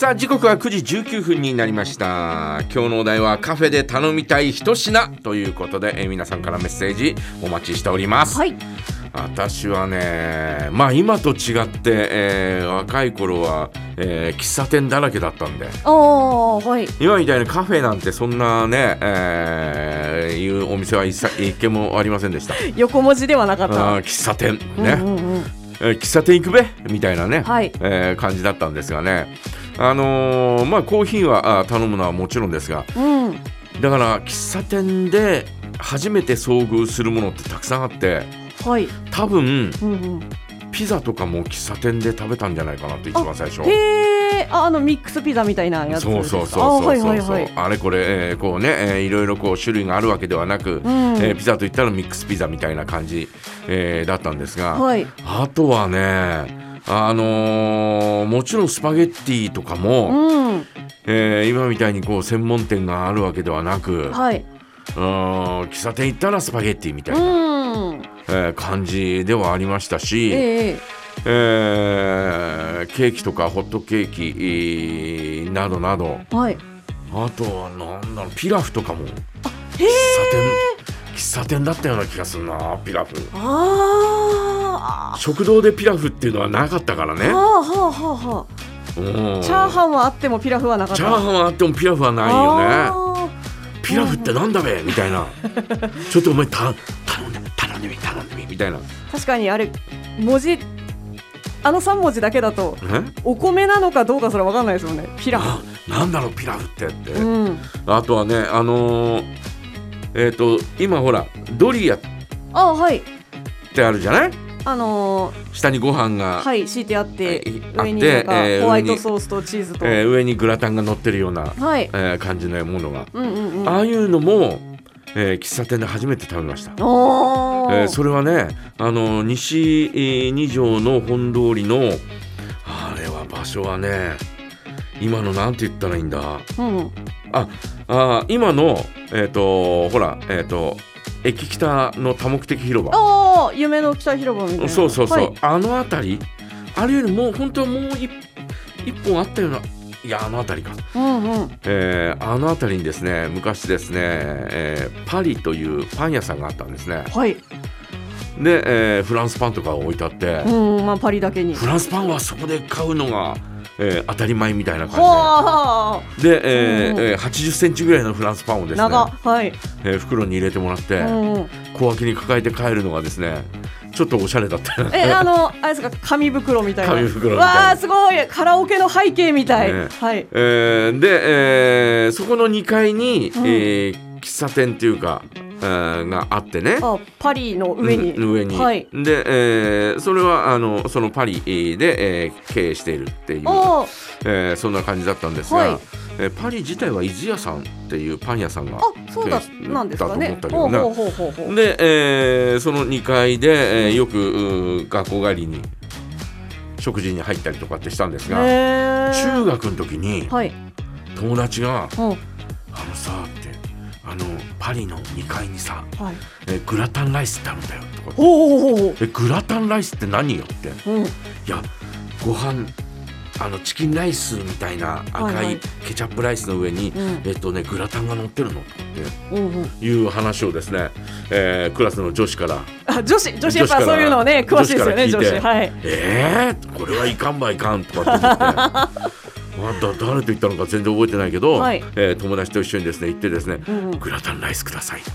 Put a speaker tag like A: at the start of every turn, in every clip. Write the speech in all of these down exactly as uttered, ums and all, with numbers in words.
A: さあ時刻はくじじゅうきゅうふんになりました。今日のお題はカフェで頼みたい一品ということで、えー、皆さんからメッセージお待ちしております。
B: はい、
A: 私はね、まあ今と違って、えー、若い頃は、えー、喫茶店だらけだったんで、
B: あ、はい、
A: 今みたいにカフェなんてそんなね、えー、いうお店は一切一軒もありませんでした。
B: 横文字ではなかった。
A: 喫茶店ね、
B: うんうんうん、
A: えー、喫茶店行くべみたいなね、
B: はい、
A: えー、感じだったんですがね、あのー、まあコーヒーは頼むのはもちろんですが、
B: うん、
A: だから喫茶店で初めて遭遇するものってたくさんあって、
B: はい、
A: 多分、
B: うんうん、
A: ピザとかも喫茶店で食べたんじゃないかなって一番最初。
B: へー、あ、あのミックスピザみたいなやつですか。
A: そうそうそうそうそう、
B: はいはいはい、
A: あれこれ、えー、こうね、えー、いろいろこう種類があるわけではなく、うん、えー、ピザといったらミックスピザみたいな感じ、えー、だったんですが、はい、あとはね、あのー、もちろんスパゲッティとかも、うん、えー、今みたいにこう専門店があるわけではなく、はい、うん、喫茶店行ったらスパゲッティみたいな、うん、えー、感じではありましたし、えーえー、ケーキとかホットケーキ、えー、などなど、はい、あとはなんだろう、ピラフとかも喫茶店喫茶店だったような気がするな。ピラフ、あ、食堂でピラフっていうのはなかったからね。はあはあはあ、うん、チャーハンはあってもピラフはなかった。チャーハンはあってもピラフはないよね。ピラフってなんだべみたいなちょっとお前た頼んで頼んでみ頼んでみみたいな。確かにあれ文字あのさん文字だけだとお米なのかどうかそれ分かんないですよね。ピラフ な, なんだろうピラフってって、うん、あとはね、あのー、えっ、ー、と今ほらドリアってあるじゃない。あのー、下にご飯が、はい、敷いてあって上になんかホワイトソースとチーズと、えー、上にグラタンが乗ってるような、はい、えー、感じのものが、うんうんうん、ああいうのも、えー、喫茶店で初めて食べました。お、えー、それはね、あの西、えー、二条の本通りのあれは場所はね、今のなんて言ったらいいんだ、うん、ああ今のえっ、ー、とほらえっ、ー、と駅北の多目的広場、ああ夢の北広場みたいな、そうそうそう、はい、あの辺り、あれよりもう本当はもう 一, 一本あったような、いやあの辺りか、うんうん、えー、あの辺りにですね昔ですね、えー、パリというパン屋さんがあったんですね。はい。で、えー、フランスパンとか置いてあって、うん、まあ、パリだけにフランスパンはそこで買うのが、えー、当たり前みたいな感じで、で、えーうんうん、はちじゅっセンチぐらいのフランスパンをですね、長、はい、えー、袋に入れてもらって、うんうん、小脇に抱えて帰るのがですねちょっとおしゃれだったえあのあれですか、紙袋みたいな、紙袋みたいな、わーすごいカラオケの背景みたい、ね、はい、えー、で、えー、そこのにかいに、うん、えー、喫茶店っていうか、えー、があってね、あパリの上に、うん、上に、はい、で、えー、それはあのそのパリで、えー、経営しているっていう、えー、そんな感じだったんですが、はい、えー、パリ自体は伊豆屋さんっていうパン屋さんが経営だと思ったけどね。で、えー、そのにかいで、えー、よく学校帰りに食事に入ったりとかってしたんですが、中学の時に、はい、友達が、あのさってあのパリのにかいにさ、はい、えグラタンライスってあるんだよとか、えグラタンライスって何よって、うん、いやご飯あのチキンライスみたいな赤いケチャップライスの上に、はいはい、えっとね、グラタンが乗ってるのとかっていう話をですね、えー、クラスの女子から、あ女子女子やっぱそういうのね詳しいですよね女子、はい、えー、これはいかんばいかんとかって思ってまだ誰と言ったのか全然覚えてないけど、はい、えー、友達と一緒にですね行ってですね、うんうん、グラタンライスくださいって、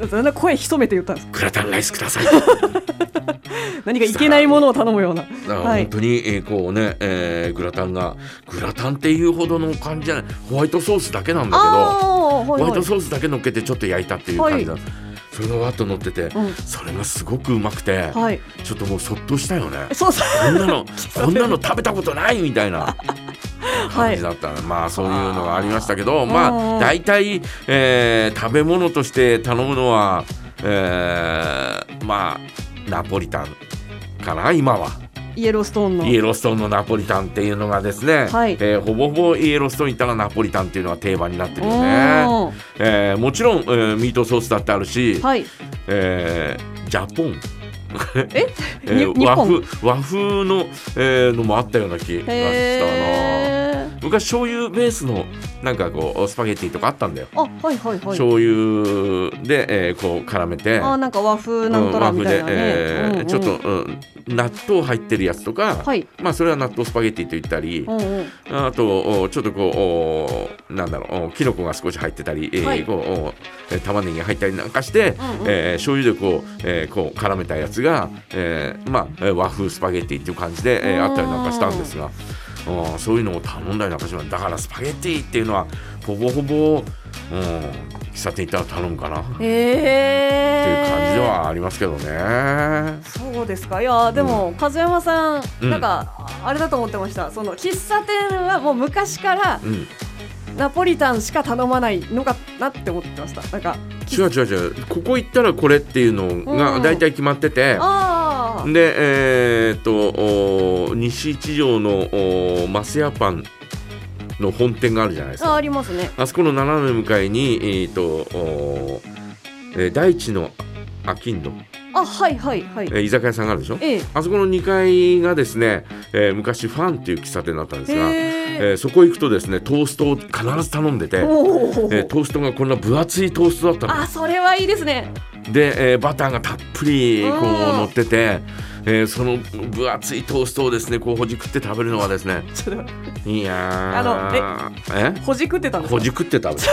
A: そんな声潜めて言ったんですか。グラタンライスください何かいけないものを頼むような、はい、本当に、えー、こうね、えー、グラタンがグラタンっていうほどの感じじゃない、ホワイトソースだけなんだけど、はいはい、ホワイトソースだけ乗っけてちょっと焼いたっていう感じなんです、はい、それがわっと乗ってて、うん、それがすごくうまくて、はい、ちょっともうそっとしたよね。そうそうこんなのこんなの食べたことないみたいな感じだった、はい、まあそういうのがありましたけど、まあ大体、えー、食べ物として頼むのは、えー、まあナポリタンかな今は。イエローストーンのイエローストーンのナポリタンっていうのがですね、はい、えー、ほぼほぼイエローストーンに行ったらナポリタンっていうのは定番になってるよね、えー、もちろん、えー、ミートソースだってあるし、はい、えー、ジャポンええー、和風和風の、えー、のもあったような気がしたな。 昔醤油ベースのなんかこうスパゲッティとかあったんだよ。
B: あ、はいはいはい。
A: 醤油で、えー、こう絡めて、
B: あ、なんか和風なんとらみたいなね、うん、
A: えー
B: うんうん、
A: ちょっと、うん、納豆入ってるやつとか、
B: はい、
A: まあそれは納豆スパゲッティと言ったり、
B: うんうん、
A: あとちょっとこうなんだろう、キノコが少し入ってたり、はい、えー、こう玉ねぎが入ったりなんかして、うんうん、えー、醤油でこう、えー、こう絡めたやつが、えー、まあ和風スパゲッティっていう感じで、えー、あったりなんかしたんですが、あ、そういうのを頼んだりなんかします。だからスパゲッティっていうのはほぼほぼ、うん、喫茶店行ったら頼むかな、えー、っていう感じではありますけどね。
B: そうですか。いやでも、うん、和山さん、うん、なんかあれだと思ってました。その喫茶店はもう昔から、うん、ナポリタンしか頼まないのかなって思ってました。なんか
A: 違う違う違う、ここ行ったらこれっていうのがだいたい決まってて、うん、あで、えー、っと西一条の増屋パンの本店があるじゃないですか。
B: あ, ありますね。
A: あそこの斜め向かいに、えー、っとえー、大地のあきんど、
B: あ、はいはいはい、
A: えー、居酒屋さんがあるでしょ、ええ、あそこのにかいがですね、えー、昔ファンっていう喫茶店だったんですが、えー、そこ行くとですねトーストを必ず頼んでて、えー、トーストがこんな分厚いトーストだったの。
B: あ、それはいいですね。
A: で、えー、バターがたっぷりこう乗ってて、えー、その分厚いトーストをですねこうほじくって食べるのはですねいや
B: あのええほじくってたんですか。
A: ほじくって食べる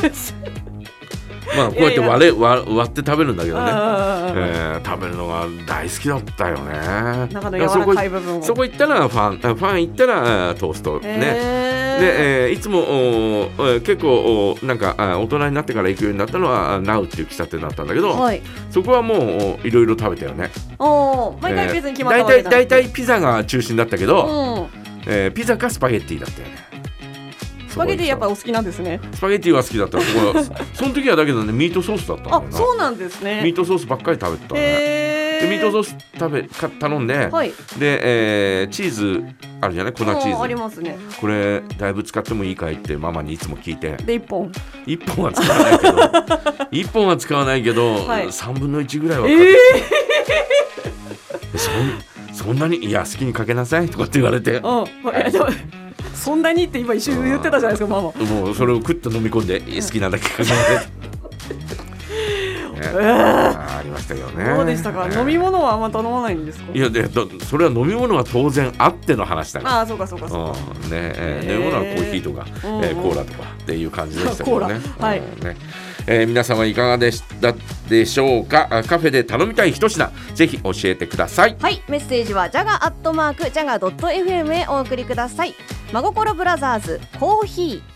A: まあこうやって割れ割割って食べるんだけどね、えー、食べるのが大好きだったよね。
B: 中の柔らかい部分を。
A: そこ行ったらファンファン行ったらトーストね。で、えー、いつも結構なんか大人になってから行くようになったのはナウっていう喫茶店だったんだけど、はい、そこはもういろいろ食べたよね。
B: お毎回別に決まったわけじゃない。
A: 大体ピザが中心だったけど、うん、えー、ピザかスパゲッティだったよね。
B: スパゲティやっぱお好きなんですね。
A: スパゲティは好きだったそその時はだけどねミートソースだったんだよな。
B: あ、そうなんですね。
A: ミートソースばっかり食べてたね。でミートソース食べか頼んで、はい、で、えー、チーズあるじゃない粉チーズ。
B: ありますね。
A: これだいぶ使ってもいいかいってママにいつも聞いて。
B: でいっぽん
A: いっぽんは使わないけどいっぽんは使わないけど、はい、さんぶんのいちぐらいはかけて、えー、そ, そんなにいや好きにかけなさいとかって言われて、うん、
B: そんなにって今一瞬言ってたじゃないですかママ。
A: もうそれをクッと飲み込んで好きなだけかけて、ねえー、ありましたよね。
B: どうでしたか、えー、飲み物はあんま頼まないんですか。
A: いやでそれは飲み物は当然あっての話だから。
B: ああそうかそうかそうか、
A: うんねえー、飲み物はコーヒーとか、えー、コーラとかっていう感じでしたけどね。はい、ねえー、皆様いかがでしたでしょうか。カフェで頼みたい一品ぜひ教えてください。
B: はい、メッセージはジャガアットマークジャガドットエフエムへお送りください。真心ブラザーズコーヒー。